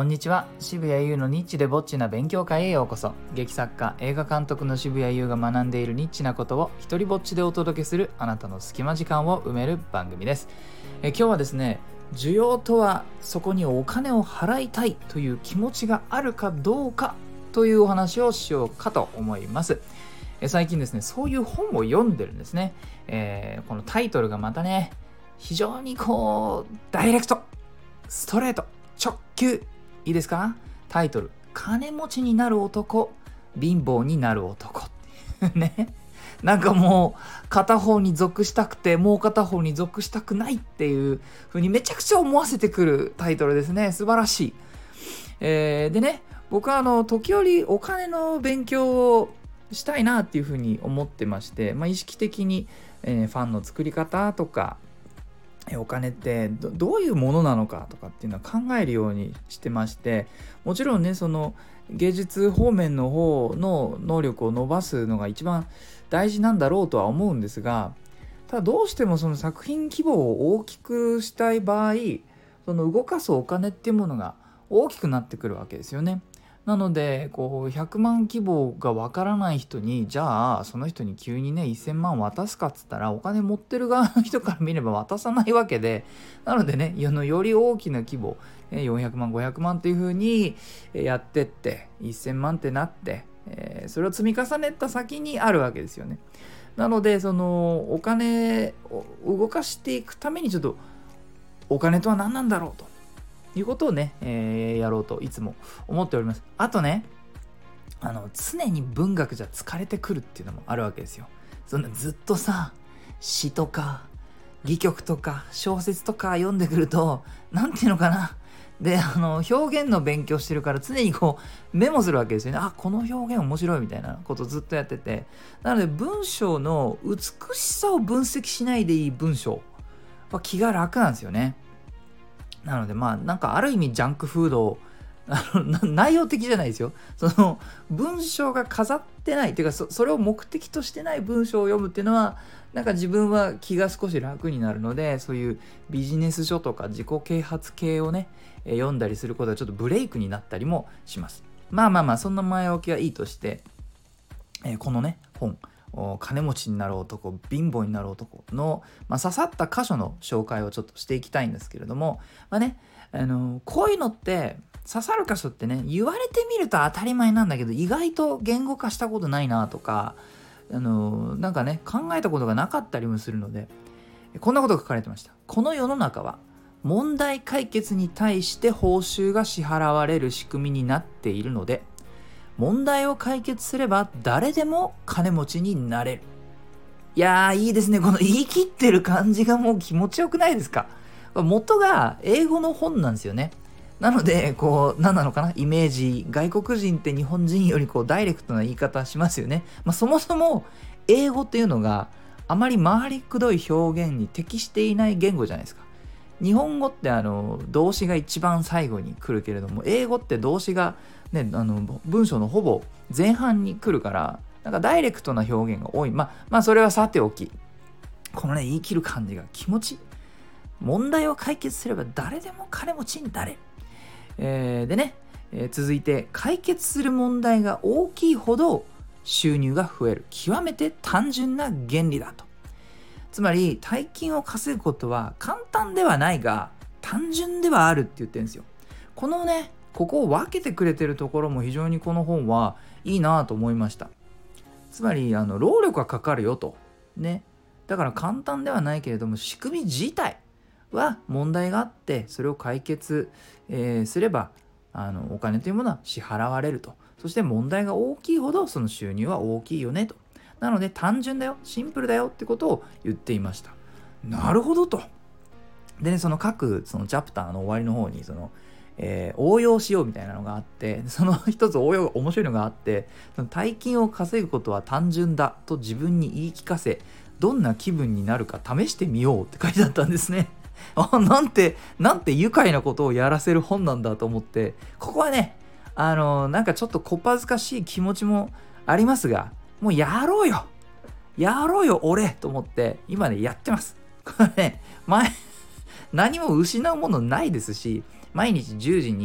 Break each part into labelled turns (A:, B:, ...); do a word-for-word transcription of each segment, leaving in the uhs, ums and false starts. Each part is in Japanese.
A: こんにちは。渋谷優のニッチでぼっちな勉強会へようこそ。劇作家、映画監督の渋谷優が学んでいるニッチなことを一人ぼっちでお届けするあなたの隙間時間を埋める番組です。え今日はですね、需要とはそこにお金を払いたいという気持ちがあるかどうかというお話をしようかと思います。え最近ですね、そういう本を読んでるんですね。えー、このタイトルがまたね、非常にこうダイレクト、ストレート、直球、いいですか？タイトル、金持ちになる男、貧乏になる男ね。なんかもう片方に属したくてもう片方に属したくないっていう風にめちゃくちゃ思わせてくるタイトルですね。素晴らしい。えー、でね、僕はあの時折お金の勉強をしたいなっていう風に思ってまして、まあ、意識的に、えー、ファンの作り方とかお金って ど, どういうものなのかとかっていうのは考えるようにしてまして、もちろんね、その芸術方面の方の能力を伸ばすのが一番大事なんだろうとは思うんですが、ただどうしてもその作品規模を大きくしたい場合、その動かすお金っていうものが大きくなってくるわけですよね。なのでこうひゃくまん規模がわからない人に、じゃあその人に急にねせんまん渡すかっつったら、お金持ってる側の人から見れば渡さないわけで、なのでね、より大きな規模、よんひゃくまんごひゃくまんっていう風にやってってせんまんってなって、えー、それを積み重ねた先にあるわけですよね。なのでそのお金を動かしていくために、ちょっとお金とは何なんだろうということをね、えー、やろうといつも思っております。あとね、あの常に文学じゃ疲れてくるっていうのもあるわけですよ。そんなずっとさ、詩とか戯曲とか小説とか読んでくると、なんていうのかな、であの表現の勉強してるから常にこうメモするわけですよね。あ、この表現面白いみたいなことをずっとやってて、なので文章の美しさを分析しないでいい文章は気が楽なんですよね。なのでまあなんかある意味ジャンクフードをあの内容的じゃないですよ。その文章が飾ってないっていうか、 そ, それを目的としてない文章を読むっていうのは、なんか自分は気が少し楽になるので、そういうビジネス書とか自己啓発系をね、え読んだりすることはちょっとブレイクになったりもします。まあまあまあ、そんな前置きはいいとして、えー、このね本、金持ちになる男、貧乏になる男の、まあ、刺さった箇所の紹介をちょっとしていきたいんですけれども、まあね、あのー、こういうのって刺さる箇所ってね、言われてみると当たり前なんだけど、意外と言語化したことないなとか、あのー、なんかね考えたことがなかったりもするので、こんなことが書かれてました。この世の中は問題解決に対して報酬が支払われる仕組みになっているので、問題を解決すれば誰でも金持ちになれる。いやー、いいですね。この言い切ってる感じがもう気持ちよくないですか？元が英語の本なんですよね。なのでこう何なのかな、イメージ、外国人って日本人よりこうダイレクトな言い方しますよね。まあ、そもそも英語っていうのがあまり回りくどい表現に適していない言語じゃないですか。日本語ってあの動詞が一番最後に来るけれども、英語って動詞がね、あの文章のほぼ前半に来るから、なんかダイレクトな表現が多い。まあまあそれはさておき、このね言い切る感じが気持ちいい。問題を解決すれば誰でも金持ちになれる。えー、でね、えー、続いて、解決する問題が大きいほど収入が増える極めて単純な原理だと。つまり大金を稼ぐことは簡単ではないが単純ではあるって言ってるんですよ。このねここを分けてくれてるところも非常にこの本はいいなと思いました。つまりあの労力がかかるよとね。だから簡単ではないけれども、仕組み自体は問題があって、それを解決、えー、すればあのお金というものは支払われると。そして問題が大きいほどその収入は大きいよねと。なので単純だよ、シンプルだよってことを言っていました。なるほどと。でね、その各そのチャプターの終わりの方にその、えー、応用しようみたいなのがあって、その一つ応用が面白いのがあって、その大金を稼ぐことは単純だと自分に言い聞かせ、どんな気分になるか試してみようって書いてあったんですね。あ、なんてなんて愉快なことをやらせる本なんだと思って、ここはね、あのー、なんかちょっとこっぱずかしい気持ちもありますが、もうやろうよやろうよ俺と思って今ねやってます。これね、前何も失うものないですし、毎日じゅうじに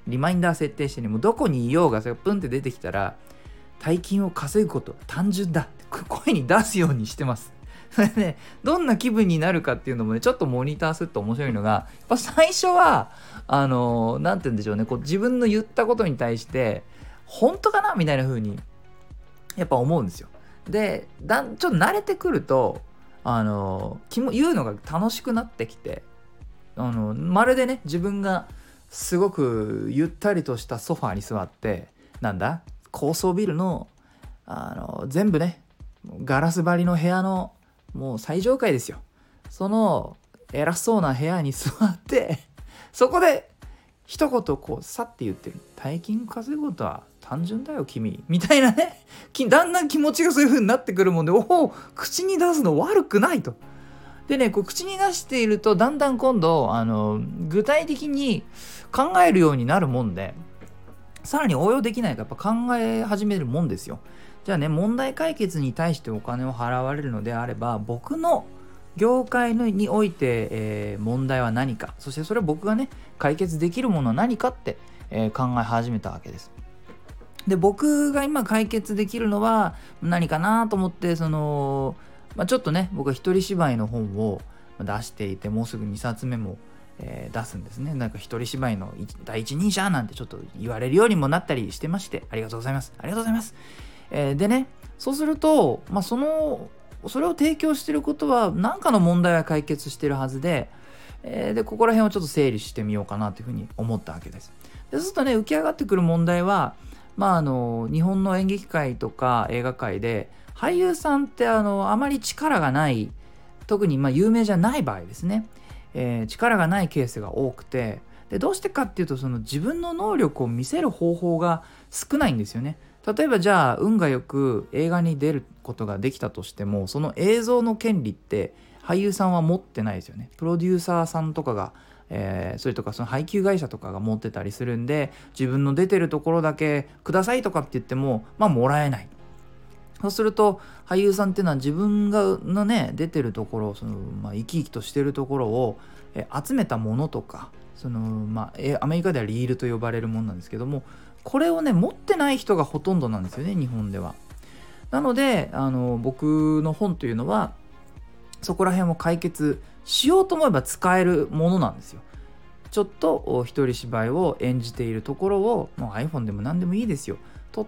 A: リマインダー設定してね、もうどこにいようがそれがプンって出てきたら、大金を稼ぐことは単純だって声に出すようにしてます。それね、どんな気分になるかっていうのもね、ちょっとモニターすると面白いのが、やっぱ最初はあのなんて言うんでしょうね、こう自分の言ったことに対して本当かなみたいな風にやっぱ思うんですよ。で、だんちょっと慣れてくると、あの気も言うのが楽しくなってきて、あのまるでね、自分がすごくゆったりとしたソファーに座って、なんだ高層ビルのあの全部ねガラス張りの部屋のもう最上階ですよ、その偉そうな部屋に座ってそこで一言こうさって言ってる、大金稼ぐことは単純だよ君みたいなね、だんだん気持ちがそういう風になってくるもんで、おお口に出すの悪くないと。でね、こう口に出しているとだんだん今度あの具体的に考えるようになるもんで、さらに応用できないかやっぱ考え始めるもんですよ。じゃあね、問題解決に対してお金を払われるのであれば、僕の業界において、えー、問題は何か、そしてそれを僕がね解決できるものは何かって、えー、考え始めたわけです。で、僕が今解決できるのは何かなと思って、その、まあ、ちょっとね、僕は一人芝居の本を出していて、もうすぐにさつめも、えー、出すんですね。なんか一人芝居の第一人者なんてちょっと言われるようにもなったりしてまして、ありがとうございますありがとうございます、えー、でね、そうすると、まあ、そのそれを提供していることは何かの問題は解決しているはずで、えー、でここら辺をちょっと整理してみようかなというふうに思ったわけです。でそうするとね、浮き上がってくる問題は、まあ、あの日本の演劇界とか映画界で俳優さんってあのあまり力がない、特にまあ有名じゃない場合ですね、えー、力がないケースが多くて、でどうしてかっていうと、その自分の能力を見せる方法が少ないんですよね。例えばじゃあ運がよく映画に出ることができたとしても、その映像の権利って俳優さんは持ってないですよね。プロデューサーさんとかが、えー、それとかその配給会社とかが持ってたりするんで、自分の出てるところだけくださいとかって言ってもまあもらえない。そうすると俳優さんっていうのは自分がのね出てるところ、その、まあ、生き生きとしてるところを、えー、集めたものとか、その、まあ、えー、アメリカではリールと呼ばれるものなんですけども、これをね持ってない人がほとんどなんですよね、日本では。なのであの僕の本というのはそこら辺を解決しようと思えば使えるものなんですよ。ちょっと一人芝居を演じているところをもう iPhone でも何でもいいですよ、撮って、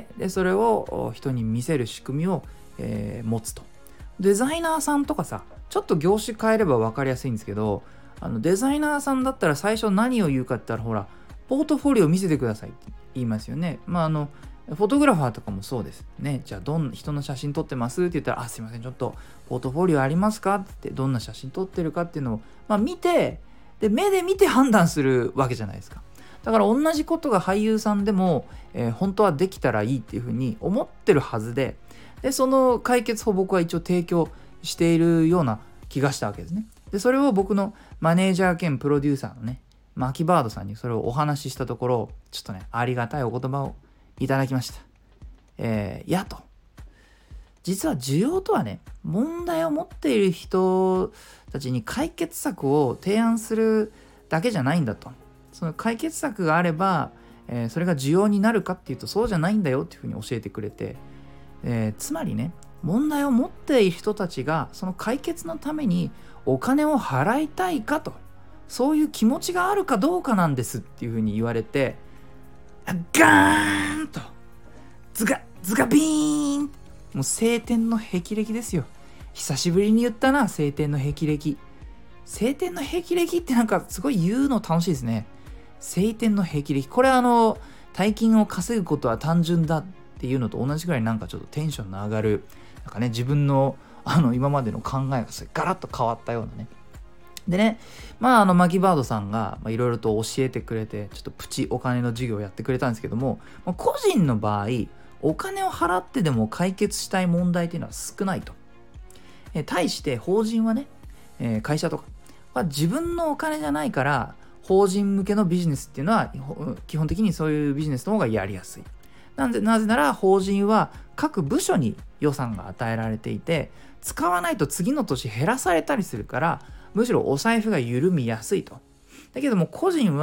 A: でそれを人に見せる仕組みを、えー、持つと。デザイナーさんとかさ、ちょっと業種変えれば分かりやすいんですけど、あのデザイナーさんだったら最初何を言うかって言ったら、ほらポートフォリオ見せてくださいって言いますよね。まああのフォトグラファーとかもそうですね。じゃあどんな人の写真撮ってますって言ったら、あすいませんちょっとポートフォリオありますかって、どんな写真撮ってるかっていうのを、まあ、見て、で目で見て判断するわけじゃないですか。だから同じことが俳優さんでも、えー、本当はできたらいいっていうふうに思ってるはずで、でその解決法を僕は一応提供しているような気がしたわけですね。でそれを僕のマネージャー兼プロデューサーのねマキバードさんにそれをお話ししたところ、ちょっとねありがたいお言葉をいただきました。えー、やと実は需要とはね、問題を持っている人たちに解決策を提案するだけじゃないんだと。その解決策があれば、えー、それが需要になるかっていうとそうじゃないんだよっていうふうに教えてくれて、えー、つまりね、問題を持っている人たちがその解決のためにお金を払いたいかと、そういう気持ちがあるかどうかなんですっていうふうに言われて、ガーンとズガズガビーン、もう晴天の霹靂ですよ。久しぶりに言ったな、晴天の霹靂。晴天の霹靂ってなんかすごい言うの楽しいですね。晴天の霹靂、これあの大金を稼ぐことは単純だっていうのと同じくらい、なんかちょっとテンションの上がる、なんかね自分のあの今までの考えがそれガラッと変わったようなね。でね、まああのマキバードさんがいろいろと教えてくれて、ちょっとプチお金の授業をやってくれたんですけども、個人の場合お金を払ってでも解決したい問題っていうのは少ないと。え対して法人はね、えー、会社とかは自分のお金じゃないから、法人向けのビジネスっていうのは基本的にそういうビジネスの方がやりやすい。なんでなぜなら法人は各部署に予算が与えられていて、使わないと次の年減らされたりするから、むしろお財布が緩みやすいと。だけども個人は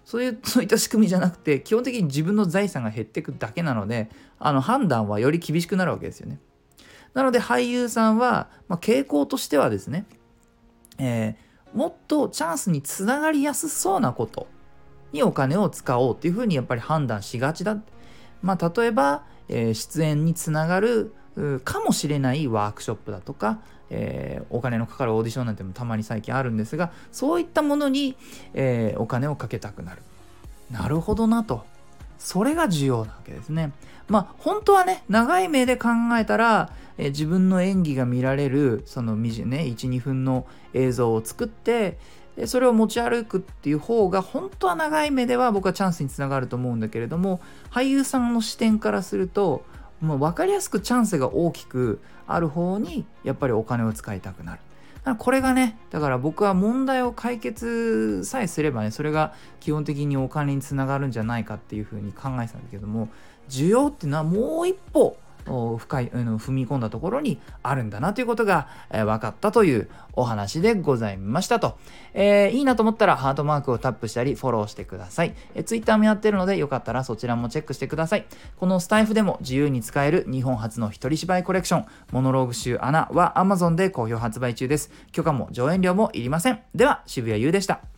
A: そういうそういった仕組みじゃなくて、基本的に自分の財産が減っていくだけなので、あの判断はより厳しくなるわけですよね。なので俳優さんは、まあ、傾向としてはですね、えー、もっとチャンスにつながりやすそうなことにお金を使おうっていうふうにやっぱり判断しがちだ。まあ、例えば、えー、出演につながるかもしれないワークショップだとか、えー、お金のかかるオーディションなんてもたまに最近あるんですが、そういったものに、えー、お金をかけたくなる。なるほどなと。それが重要なわけですね。まあ本当はね、長い目で考えたら、えー、自分の演技が見られるそのね、いち、にふんの映像を作ってそれを持ち歩くっていう方が本当は長い目では僕はチャンスにつながると思うんだけれども、俳優さんの視点からするともう分かりやすくチャンスが大きくある方にやっぱりお金を使いたくなる。だからこれがね、だから僕は問題を解決さえすればね、それが基本的にお金につながるんじゃないかっていうふうに考えてたんだけども、需要っていうのはもう一歩深い、うん、踏み込んだところにあるんだなということが、えー、分かったというお話でございましたと、えー、いいなと思ったらハートマークをタップしたりフォローしてください。えー、Twitter もやってるのでよかったらそちらもチェックしてください。このスタイフでも自由に使える日本初の一人芝居コレクションモノローグ集アナは Amazon で好評発売中です。許可も上演料もいりません。では渋谷優でした。